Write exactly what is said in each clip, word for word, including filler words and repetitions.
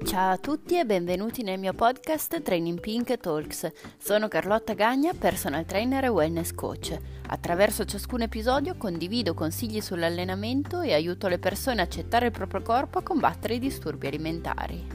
Ciao a tutti e benvenuti nel mio podcast Training Pink Talks. Sono Carlotta Gagna, personal trainer e wellness coach. Attraverso ciascun episodio condivido consigli sull'allenamento e aiuto le persone a accettare il proprio corpo a combattere i disturbi alimentari.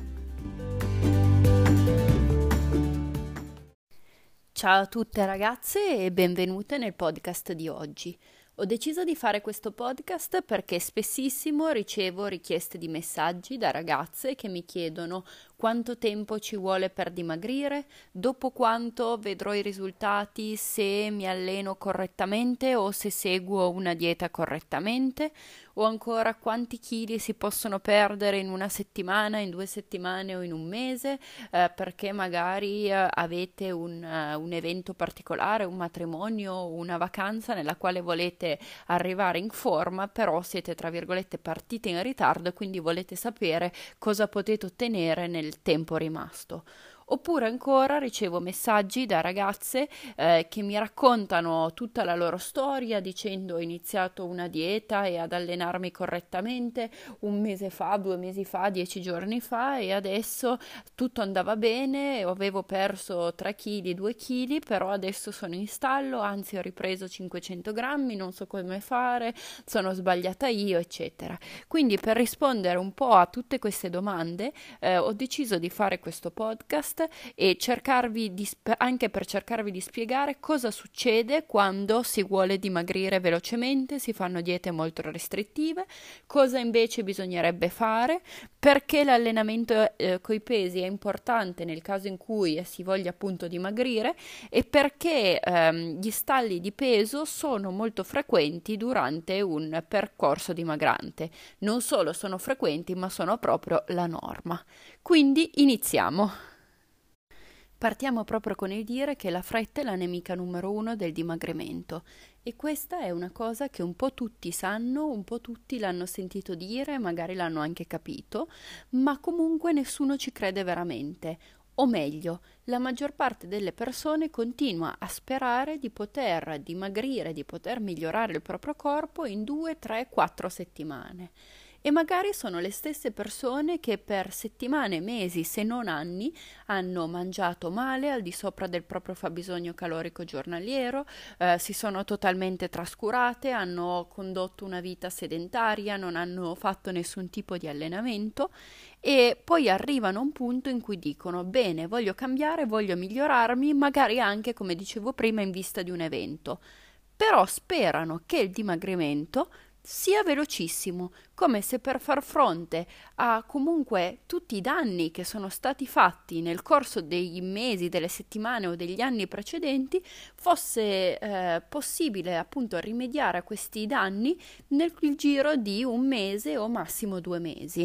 Ciao a tutte ragazze e benvenute nel podcast di oggi. Ho deciso di fare questo podcast perché spessissimo ricevo richieste di messaggi da ragazze che mi chiedono quanto tempo ci vuole per dimagrire, dopo quanto vedrò i risultati, se mi alleno correttamente o se seguo una dieta correttamente, o ancora quanti chili si possono perdere in una settimana, in due settimane o in un mese, eh, perché magari eh, avete un, uh, un evento particolare, un matrimonio o una vacanza nella quale volete arrivare in forma, però siete tra virgolette partite in ritardo e quindi volete sapere cosa potete ottenere nel tempo rimasto. Oppure ancora ricevo messaggi da ragazze eh, che mi raccontano tutta la loro storia dicendo ho iniziato una dieta e ad allenarmi correttamente un mese fa, due mesi fa, dieci giorni fa e adesso tutto andava bene, avevo perso tre chili, due chili, però adesso sono in stallo, anzi ho ripreso cinquecento grammi, non so come fare, sono sbagliata io, eccetera. Quindi per rispondere un po' a tutte queste domande eh, ho deciso di fare questo podcast e cercarvi di sp- anche per cercarvi di spiegare cosa succede quando si vuole dimagrire velocemente, si fanno diete molto restrittive, cosa invece bisognerebbe fare, perché l'allenamento eh, coi pesi è importante nel caso in cui si voglia appunto dimagrire e perché ehm, gli stalli di peso sono molto frequenti durante un percorso dimagrante. Non solo sono frequenti, ma sono proprio la norma. Quindi iniziamo. Partiamo proprio con il dire che la fretta è la nemica numero uno del dimagrimento e questa è una cosa che un po' tutti sanno, un po' tutti l'hanno sentito dire, magari l'hanno anche capito, ma comunque nessuno ci crede veramente. O meglio, la maggior parte delle persone continua a sperare di poter dimagrire, di poter migliorare il proprio corpo in due, tre, quattro settimane. E magari sono le stesse persone che per settimane, mesi, se non anni, hanno mangiato male al di sopra del proprio fabbisogno calorico giornaliero, eh, si sono totalmente trascurate, hanno condotto una vita sedentaria, non hanno fatto nessun tipo di allenamento e poi arrivano a un punto in cui dicono bene, voglio cambiare, voglio migliorarmi, magari anche, come dicevo prima, in vista di un evento. Però sperano che il dimagrimento sia velocissimo, come se per far fronte a comunque tutti i danni che sono stati fatti nel corso dei mesi, delle settimane o degli anni precedenti fosse eh, possibile appunto rimediare a questi danni nel giro di un mese o massimo due mesi.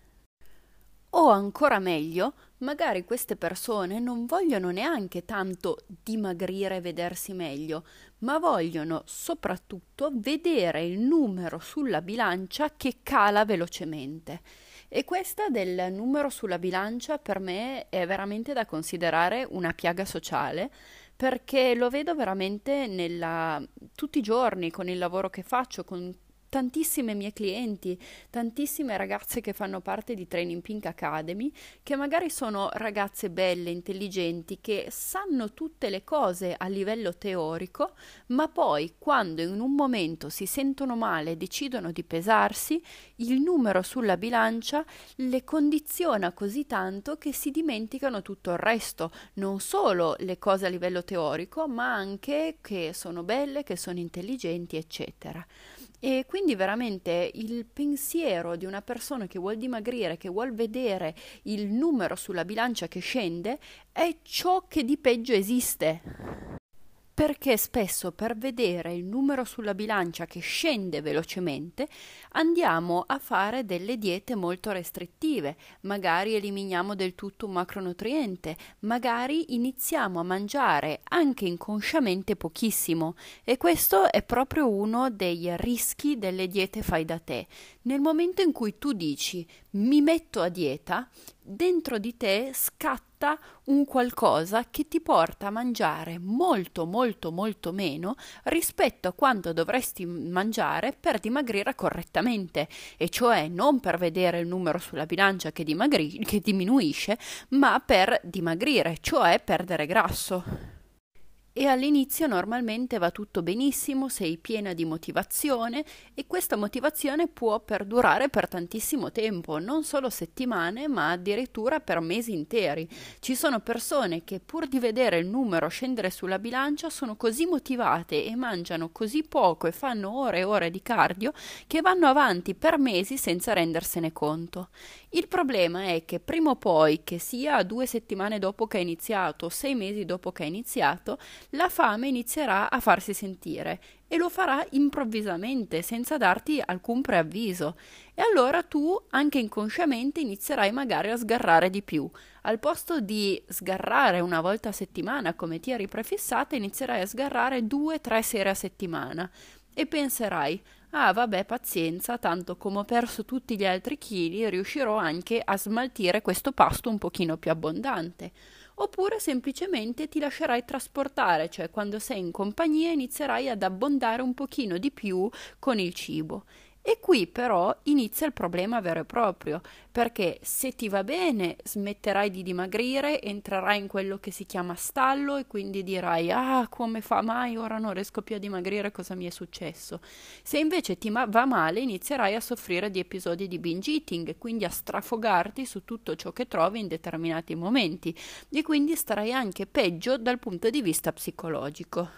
O ancora meglio, magari queste persone non vogliono neanche tanto dimagrire e vedersi meglio, ma vogliono soprattutto vedere il numero sulla bilancia che cala velocemente. E questa del numero sulla bilancia per me è veramente da considerare una piaga sociale, perché lo vedo veramente nella, tutti i giorni con il lavoro che faccio, con tantissime mie clienti, tantissime ragazze che fanno parte di Training Pink Academy, che magari sono ragazze belle, intelligenti, che sanno tutte le cose a livello teorico, ma poi quando in un momento si sentono male e decidono di pesarsi, il numero sulla bilancia le condiziona così tanto che si dimenticano tutto il resto, non solo le cose a livello teorico, ma anche che sono belle, che sono intelligenti, eccetera. E quindi veramente il pensiero di una persona che vuol dimagrire, che vuol vedere il numero sulla bilancia che scende, è ciò che di peggio esiste. Perché spesso per vedere il numero sulla bilancia che scende velocemente andiamo a fare delle diete molto restrittive, magari eliminiamo del tutto un macronutriente, magari iniziamo a mangiare anche inconsciamente pochissimo e questo è proprio uno dei rischi delle diete fai da te. Nel momento in cui tu dici mi metto a dieta, dentro di te scatta un qualcosa che ti porta a mangiare molto molto molto meno rispetto a quanto dovresti mangiare per dimagrire correttamente, e cioè non per vedere il numero sulla bilancia che, dimagri- che diminuisce, ma per dimagrire, cioè perdere grasso. E all'inizio normalmente va tutto benissimo, sei piena di motivazione e questa motivazione può perdurare per tantissimo tempo, non solo settimane, ma addirittura per mesi interi. Ci sono persone che pur di vedere il numero scendere sulla bilancia sono così motivate e mangiano così poco e fanno ore e ore di cardio che vanno avanti per mesi senza rendersene conto. Il problema è che prima o poi, che sia due settimane dopo che hai iniziato o sei mesi dopo che hai iniziato, la fame inizierà a farsi sentire e lo farà improvvisamente, senza darti alcun preavviso. E allora tu, anche inconsciamente, inizierai magari a sgarrare di più. Al posto di sgarrare una volta a settimana, come ti eri prefissata, inizierai a sgarrare due, tre sere a settimana. E penserai, ah vabbè, pazienza, tanto come ho perso tutti gli altri chili, riuscirò anche a smaltire questo pasto un pochino più abbondante. Oppure semplicemente ti lascerai trasportare, cioè quando sei in compagnia inizierai ad abbondare un pochino di più con il cibo. E qui però inizia il problema vero e proprio, perché se ti va bene smetterai di dimagrire, entrerai in quello che si chiama stallo e quindi dirai ah come fa mai, ora non riesco più a dimagrire, cosa mi è successo? Se invece ti ma- va male inizierai a soffrire di episodi di binge eating, quindi a strafogarti su tutto ciò che trovi in determinati momenti e quindi starai anche peggio dal punto di vista psicologico.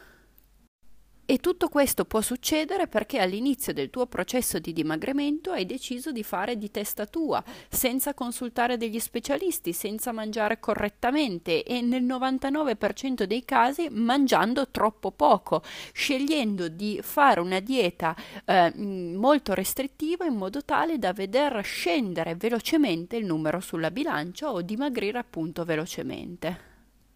E tutto questo può succedere perché all'inizio del tuo processo di dimagrimento hai deciso di fare di testa tua, senza consultare degli specialisti, senza mangiare correttamente e nel novantanove per cento dei casi mangiando troppo poco, scegliendo di fare una dieta eh, molto restrittiva in modo tale da veder scendere velocemente il numero sulla bilancia o dimagrire appunto velocemente.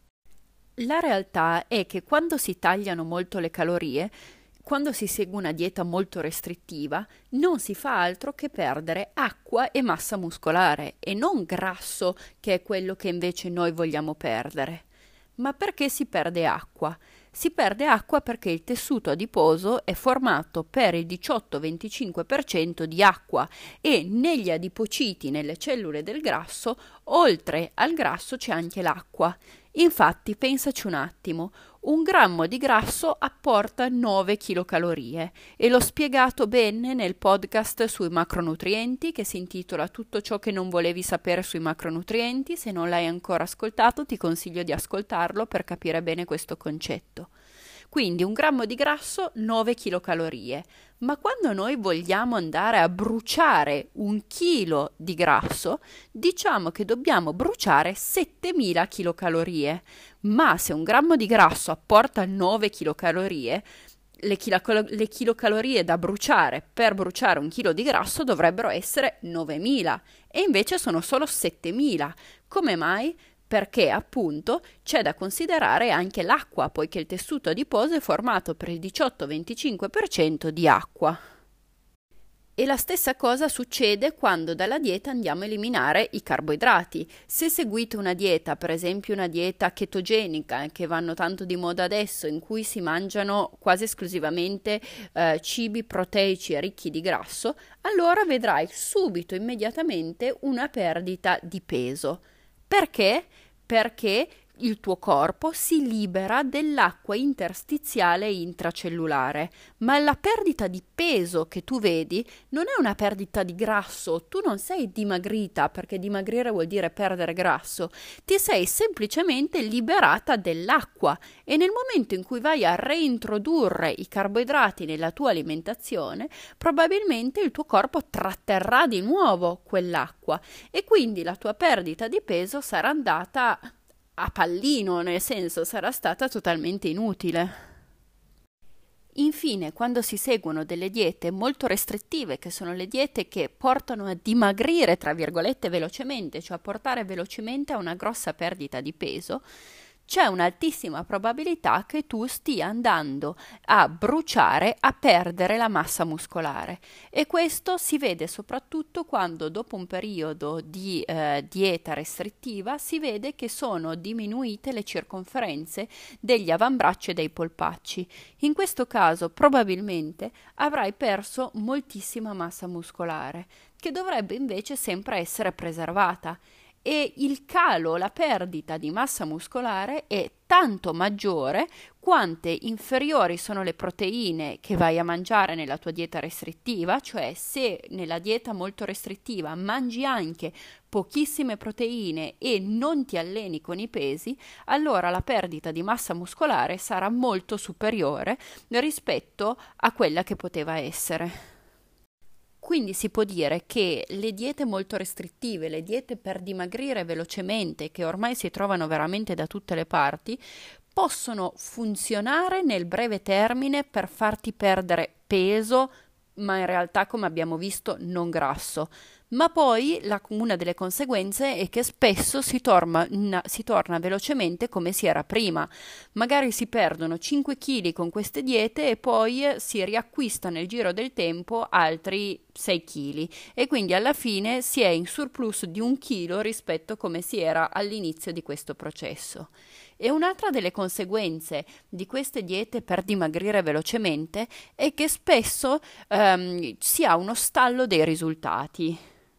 La realtà è che quando si tagliano molto le calorie, quando si segue una dieta molto restrittiva, non si fa altro che perdere acqua e massa muscolare e non grasso, che è quello che invece noi vogliamo perdere. Ma perché si perde acqua? Si perde acqua perché il tessuto adiposo è formato per il diciotto venticinque per cento di acqua e negli adipociti, nelle cellule del grasso, oltre al grasso c'è anche l'acqua. Infatti, pensaci un attimo, un grammo di grasso apporta nove chilocalorie e l'ho spiegato bene nel podcast sui macronutrienti che si intitola Tutto ciò che non volevi sapere sui macronutrienti. Se non l'hai ancora ascoltato ti consiglio di ascoltarlo per capire bene questo concetto. Quindi un grammo di grasso, nove chilocalorie. Ma quando noi vogliamo andare a bruciare un chilo di grasso, diciamo che dobbiamo bruciare settemila chilocalorie. Ma se un grammo di grasso apporta nove chilocalorie, le, chilocalo- le chilocalorie da bruciare per bruciare un chilo di grasso dovrebbero essere novemila e invece sono solo settemila. Come mai? Perché appunto c'è da considerare anche l'acqua, poiché il tessuto adiposo è formato per il diciotto venticinque per cento di acqua. E la stessa cosa succede quando dalla dieta andiamo a eliminare i carboidrati. Se seguite una dieta, per esempio una dieta chetogenica, che vanno tanto di moda adesso, in cui si mangiano quasi esclusivamente eh, cibi proteici e ricchi di grasso, allora vedrai subito, immediatamente, una perdita di peso. Perché? Perché il tuo corpo si libera dell'acqua interstiziale e intracellulare, ma la perdita di peso che tu vedi non è una perdita di grasso, tu non sei dimagrita, perché dimagrire vuol dire perdere grasso, ti sei semplicemente liberata dell'acqua e nel momento in cui vai a reintrodurre i carboidrati nella tua alimentazione, probabilmente il tuo corpo tratterrà di nuovo quell'acqua e quindi la tua perdita di peso sarà andata a pallino, nel senso sarà stata totalmente inutile. Infine, quando si seguono delle diete molto restrittive, che sono le diete che portano a dimagrire, tra virgolette, velocemente, cioè a portare velocemente a una grossa perdita di peso, c'è un'altissima probabilità che tu stia andando a bruciare, a perdere la massa muscolare. E questo si vede soprattutto quando dopo un periodo di eh, dieta restrittiva si vede che sono diminuite le circonferenze degli avambracci e dei polpacci. In questo caso probabilmente avrai perso moltissima massa muscolare, che dovrebbe invece sempre essere preservata. E il calo, la perdita di massa muscolare è tanto maggiore quante inferiori sono le proteine che vai a mangiare nella tua dieta restrittiva, cioè se nella dieta molto restrittiva mangi anche pochissime proteine e non ti alleni con i pesi, allora la perdita di massa muscolare sarà molto superiore rispetto a quella che poteva essere. Quindi si può dire che le diete molto restrittive, le diete per dimagrire velocemente, che ormai si trovano veramente da tutte le parti, possono funzionare nel breve termine per farti perdere peso, ma in realtà, come abbiamo visto, non grasso. Ma poi la, una delle conseguenze è che spesso si torna, si torna velocemente come si era prima. Magari si perdono cinque chili con queste diete e poi si riacquista nel giro del tempo altri sei chili e quindi alla fine si è in surplus di un chilo rispetto a come si era all'inizio di questo processo. E un'altra delle conseguenze di queste diete per dimagrire velocemente è che spesso ehm, si ha uno stallo dei risultati.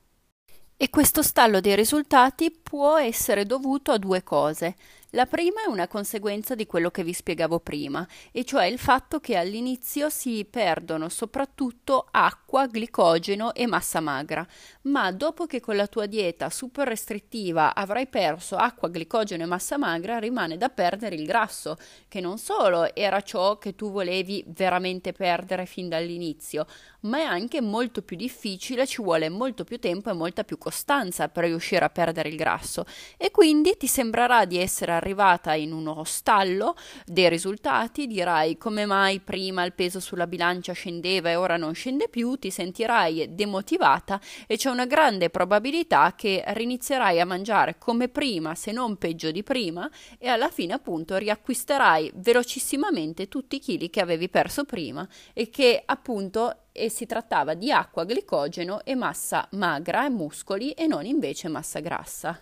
E questo stallo dei risultati può essere dovuto a due cose. La prima è una conseguenza di quello che vi spiegavo prima, e cioè il fatto che all'inizio si perdono soprattutto acqua, glicogeno e massa magra, ma dopo che con la tua dieta super restrittiva avrai perso acqua, glicogeno e massa magra, rimane da perdere il grasso, che non solo era ciò che tu volevi veramente perdere fin dall'inizio, ma è anche molto più difficile, ci vuole molto più tempo e molta più costanza per riuscire a perdere il grasso, e quindi ti sembrerà di essere arrivata in uno stallo dei risultati, dirai come mai prima il peso sulla bilancia scendeva e ora non scende più, ti sentirai demotivata e c'è una grande probabilità che rinizierai a mangiare come prima, se non peggio di prima, e alla fine appunto riacquisterai velocissimamente tutti i chili che avevi perso prima e che appunto e si trattava di acqua, glicogeno e massa magra e muscoli e non invece massa grassa.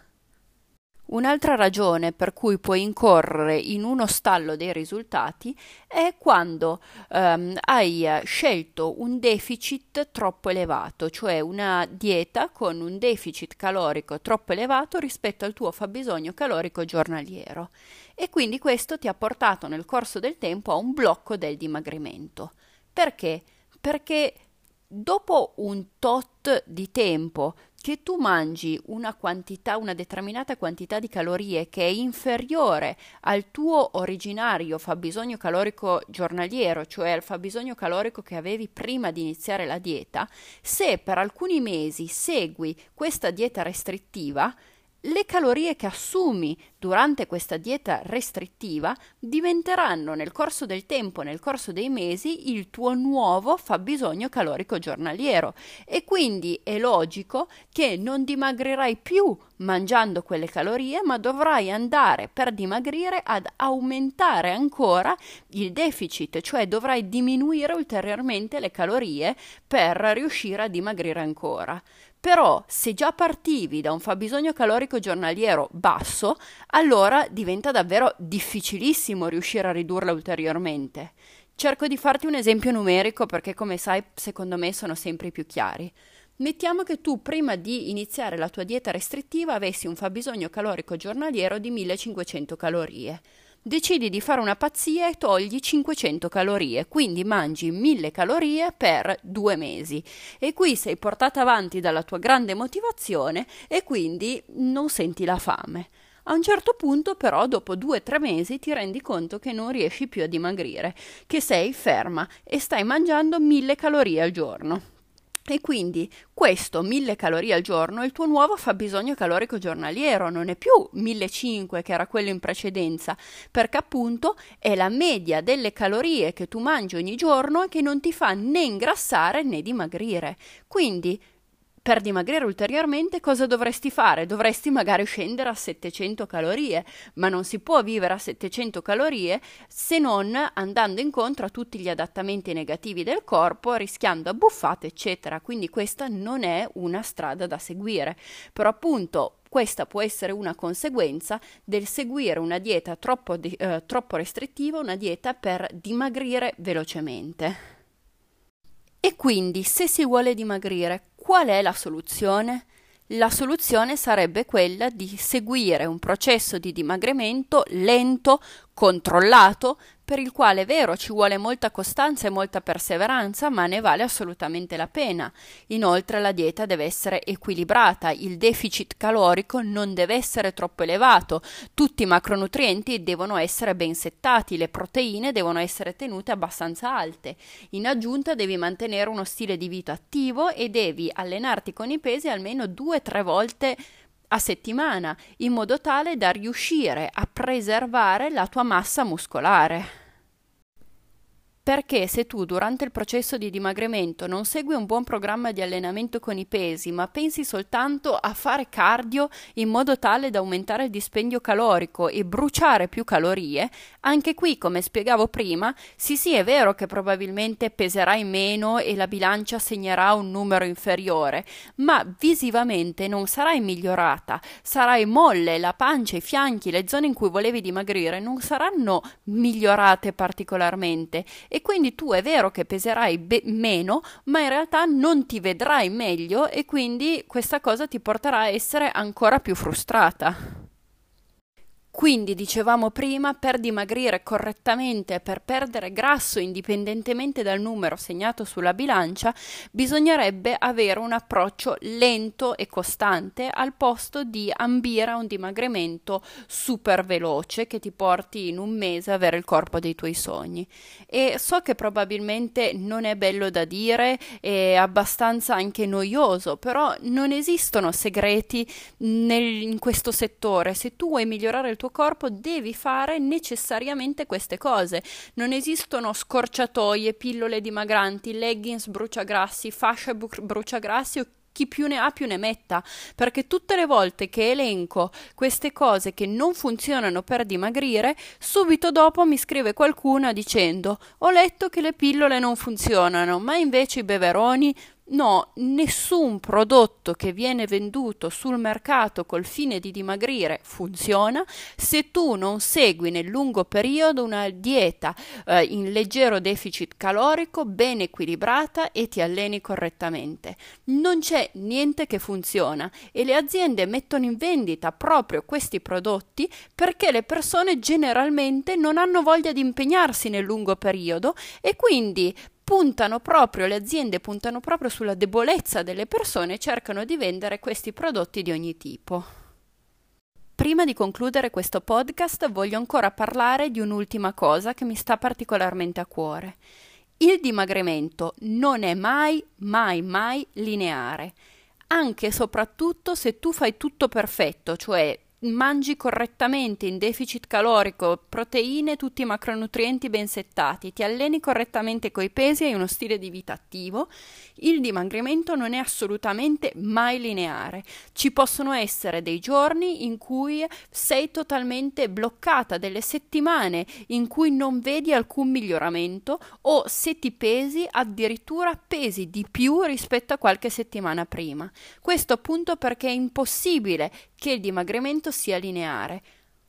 Un'altra ragione per cui puoi incorrere in uno stallo dei risultati è quando ehm, hai scelto un deficit troppo elevato, cioè una dieta con un deficit calorico troppo elevato rispetto al tuo fabbisogno calorico giornaliero, e quindi questo ti ha portato nel corso del tempo a un blocco del dimagrimento. Perché? Perché dopo un tot di tempo che tu mangi una quantità, una determinata quantità di calorie che è inferiore al tuo originario fabbisogno calorico giornaliero, cioè al fabbisogno calorico che avevi prima di iniziare la dieta, se per alcuni mesi segui questa dieta restrittiva, le calorie che assumi durante questa dieta restrittiva diventeranno nel corso del tempo, nel corso dei mesi, il tuo nuovo fabbisogno calorico giornaliero, e quindi è logico che non dimagrirai più mangiando quelle calorie, ma dovrai andare per dimagrire ad aumentare ancora il deficit, cioè dovrai diminuire ulteriormente le calorie per riuscire a dimagrire ancora. Però se già partivi da un fabbisogno calorico giornaliero basso, allora diventa davvero difficilissimo riuscire a ridurla ulteriormente. Cerco di farti un esempio numerico perché, come sai, secondo me sono sempre i più chiari. Mettiamo che tu prima di iniziare la tua dieta restrittiva avessi un fabbisogno calorico giornaliero di millecinquecento calorie. Decidi di fare una pazzia e togli cinquecento calorie, quindi mangi mille calorie per due mesi. E qui sei portata avanti dalla tua grande motivazione e quindi non senti la fame. A un certo punto però, dopo due o tre mesi, ti rendi conto che non riesci più a dimagrire, che sei ferma e stai mangiando mille calorie al giorno. E quindi questo mille calorie al giorno è il tuo nuovo fabbisogno calorico giornaliero, non è più millecinquecento che era quello in precedenza, perché appunto è la media delle calorie che tu mangi ogni giorno e che non ti fa né ingrassare né dimagrire. Quindi per dimagrire ulteriormente cosa dovresti fare? Dovresti magari scendere a settecento calorie, ma non si può vivere a settecento calorie se non andando incontro a tutti gli adattamenti negativi del corpo, rischiando abbuffate, eccetera. Quindi questa non è una strada da seguire. Però appunto questa può essere una conseguenza del seguire una dieta troppo, di, eh, troppo restrittiva, una dieta per dimagrire velocemente. E quindi, se si vuole dimagrire, qual è la soluzione? La soluzione sarebbe quella di seguire un processo di dimagrimento lento, controllato, per il quale è vero ci vuole molta costanza e molta perseveranza, ma ne vale assolutamente la pena. Inoltre la dieta deve essere equilibrata, il deficit calorico non deve essere troppo elevato, tutti i macronutrienti devono essere ben settati, le proteine devono essere tenute abbastanza alte. In aggiunta devi mantenere uno stile di vita attivo e devi allenarti con i pesi almeno due o tre volte a settimana, in modo tale da riuscire a preservare la tua massa muscolare. Perché se tu durante il processo di dimagrimento non segui un buon programma di allenamento con i pesi, ma pensi soltanto a fare cardio in modo tale da aumentare il dispendio calorico e bruciare più calorie, anche qui, come spiegavo prima, sì sì è vero che probabilmente peserai meno e la bilancia segnerà un numero inferiore, ma visivamente non sarai migliorata, sarai molle, la pancia, i fianchi, le zone in cui volevi dimagrire non saranno migliorate particolarmente. E quindi tu è vero che peserai be- meno, ma in realtà non ti vedrai meglio e quindi questa cosa ti porterà a essere ancora più frustrata. Quindi, dicevamo prima, per dimagrire correttamente, per perdere grasso indipendentemente dal numero segnato sulla bilancia, bisognerebbe avere un approccio lento e costante al posto di ambire a un dimagrimento super veloce che ti porti in un mese a avere il corpo dei tuoi sogni. E so che probabilmente non è bello da dire, è abbastanza anche noioso, però non esistono segreti nel, in questo settore. Se tu vuoi migliorare il tuo corpo devi fare necessariamente queste cose. Non esistono scorciatoie, pillole dimagranti, leggings bruciagrassi, fasce bru- bruciagrassi o chi più ne ha più ne metta, perché tutte le volte che elenco queste cose che non funzionano per dimagrire, subito dopo mi scrive qualcuno dicendo: ho letto che le pillole non funzionano, ma invece i beveroni. No, nessun prodotto che viene venduto sul mercato col fine di dimagrire funziona se tu non segui nel lungo periodo una dieta eh, in leggero deficit calorico, ben equilibrata e ti alleni correttamente. Non c'è niente che funziona e le aziende mettono in vendita proprio questi prodotti perché le persone generalmente non hanno voglia di impegnarsi nel lungo periodo e quindi puntano proprio, le aziende puntano proprio sulla debolezza delle persone e cercano di vendere questi prodotti di ogni tipo. Prima di concludere questo podcast voglio ancora parlare di un'ultima cosa che mi sta particolarmente a cuore. Il dimagrimento non è mai, mai, mai lineare, anche e soprattutto se tu fai tutto perfetto, cioè mangi correttamente in deficit calorico, proteine, tutti i macronutrienti ben settati, ti alleni correttamente coi pesi e hai uno stile di vita attivo, il dimagrimento non è assolutamente mai lineare. Ci possono essere dei giorni in cui sei totalmente bloccata, delle settimane in cui non vedi alcun miglioramento o se ti pesi addirittura pesi di più rispetto a qualche settimana prima. Questo appunto perché è impossibile che il dimagrimento sia lineare.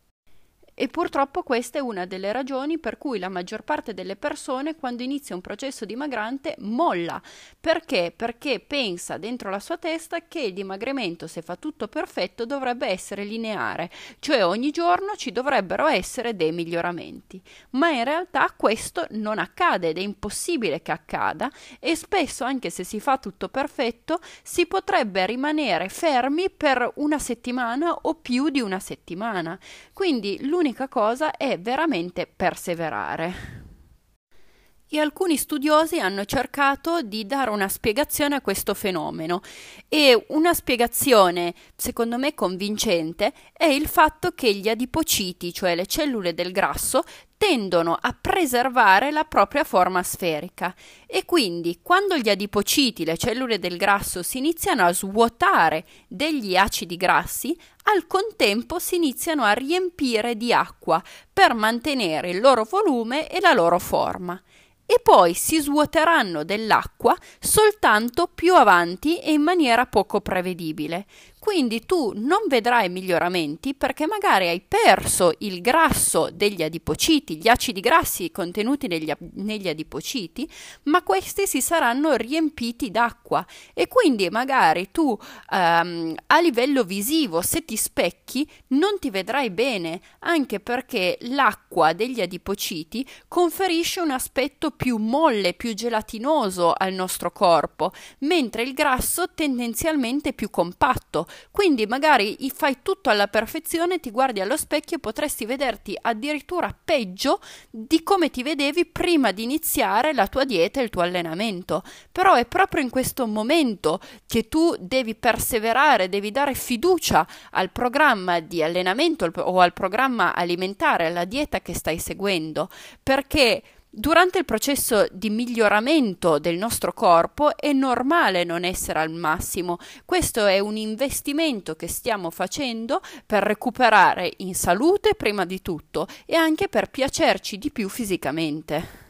E purtroppo questa è una delle ragioni per cui la maggior parte delle persone quando inizia un processo dimagrante molla. Perché? Perché pensa dentro la sua testa che il dimagrimento, se fa tutto perfetto, dovrebbe essere lineare, cioè ogni giorno ci dovrebbero essere dei miglioramenti. Ma in realtà questo non accade ed è impossibile che accada e spesso, anche se si fa tutto perfetto, si potrebbe rimanere fermi per una settimana o più di una settimana. Quindi l'unica L'unica cosa è veramente perseverare. E alcuni studiosi hanno cercato di dare una spiegazione a questo fenomeno e una spiegazione, secondo me convincente, è il fatto che gli adipociti, cioè le cellule del grasso, tendono a preservare la propria forma sferica e quindi quando gli adipociti, le cellule del grasso, si iniziano a svuotare degli acidi grassi, al contempo si iniziano a riempire di acqua per mantenere il loro volume e la loro forma. E poi si svuoteranno dell'acqua soltanto più avanti e in maniera poco prevedibile. Quindi tu non vedrai miglioramenti perché magari hai perso il grasso degli adipociti, gli acidi grassi contenuti negli, negli adipociti, ma questi si saranno riempiti d'acqua e quindi magari tu ehm, a livello visivo, se ti specchi, non ti vedrai bene, anche perché l'acqua degli adipociti conferisce un aspetto più molle, più gelatinoso al nostro corpo, mentre il grasso tendenzialmente è più compatto. Quindi magari fai tutto alla perfezione, ti guardi allo specchio e potresti vederti addirittura peggio di come ti vedevi prima di iniziare la tua dieta e il tuo allenamento. Però è proprio in questo momento che tu devi perseverare, devi dare fiducia al programma di allenamento o al programma alimentare, alla dieta che stai seguendo, perché durante il processo di miglioramento del nostro corpo è normale non essere al massimo. Questo è un investimento che stiamo facendo per recuperare in salute prima di tutto e anche per piacerci di più fisicamente.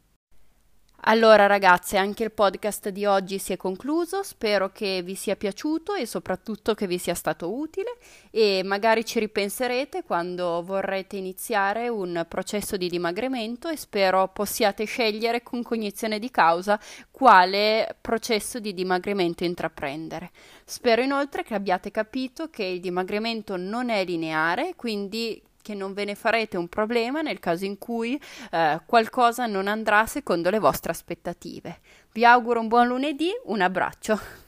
Allora ragazze, anche il podcast di oggi si è concluso, spero che vi sia piaciuto e soprattutto che vi sia stato utile e magari ci ripenserete quando vorrete iniziare un processo di dimagrimento e spero possiate scegliere con cognizione di causa quale processo di dimagrimento intraprendere. Spero inoltre che abbiate capito che il dimagrimento non è lineare, quindi che non ve ne farete un problema nel caso in cui eh, qualcosa non andrà secondo le vostre aspettative. Vi auguro un buon lunedì, un abbraccio.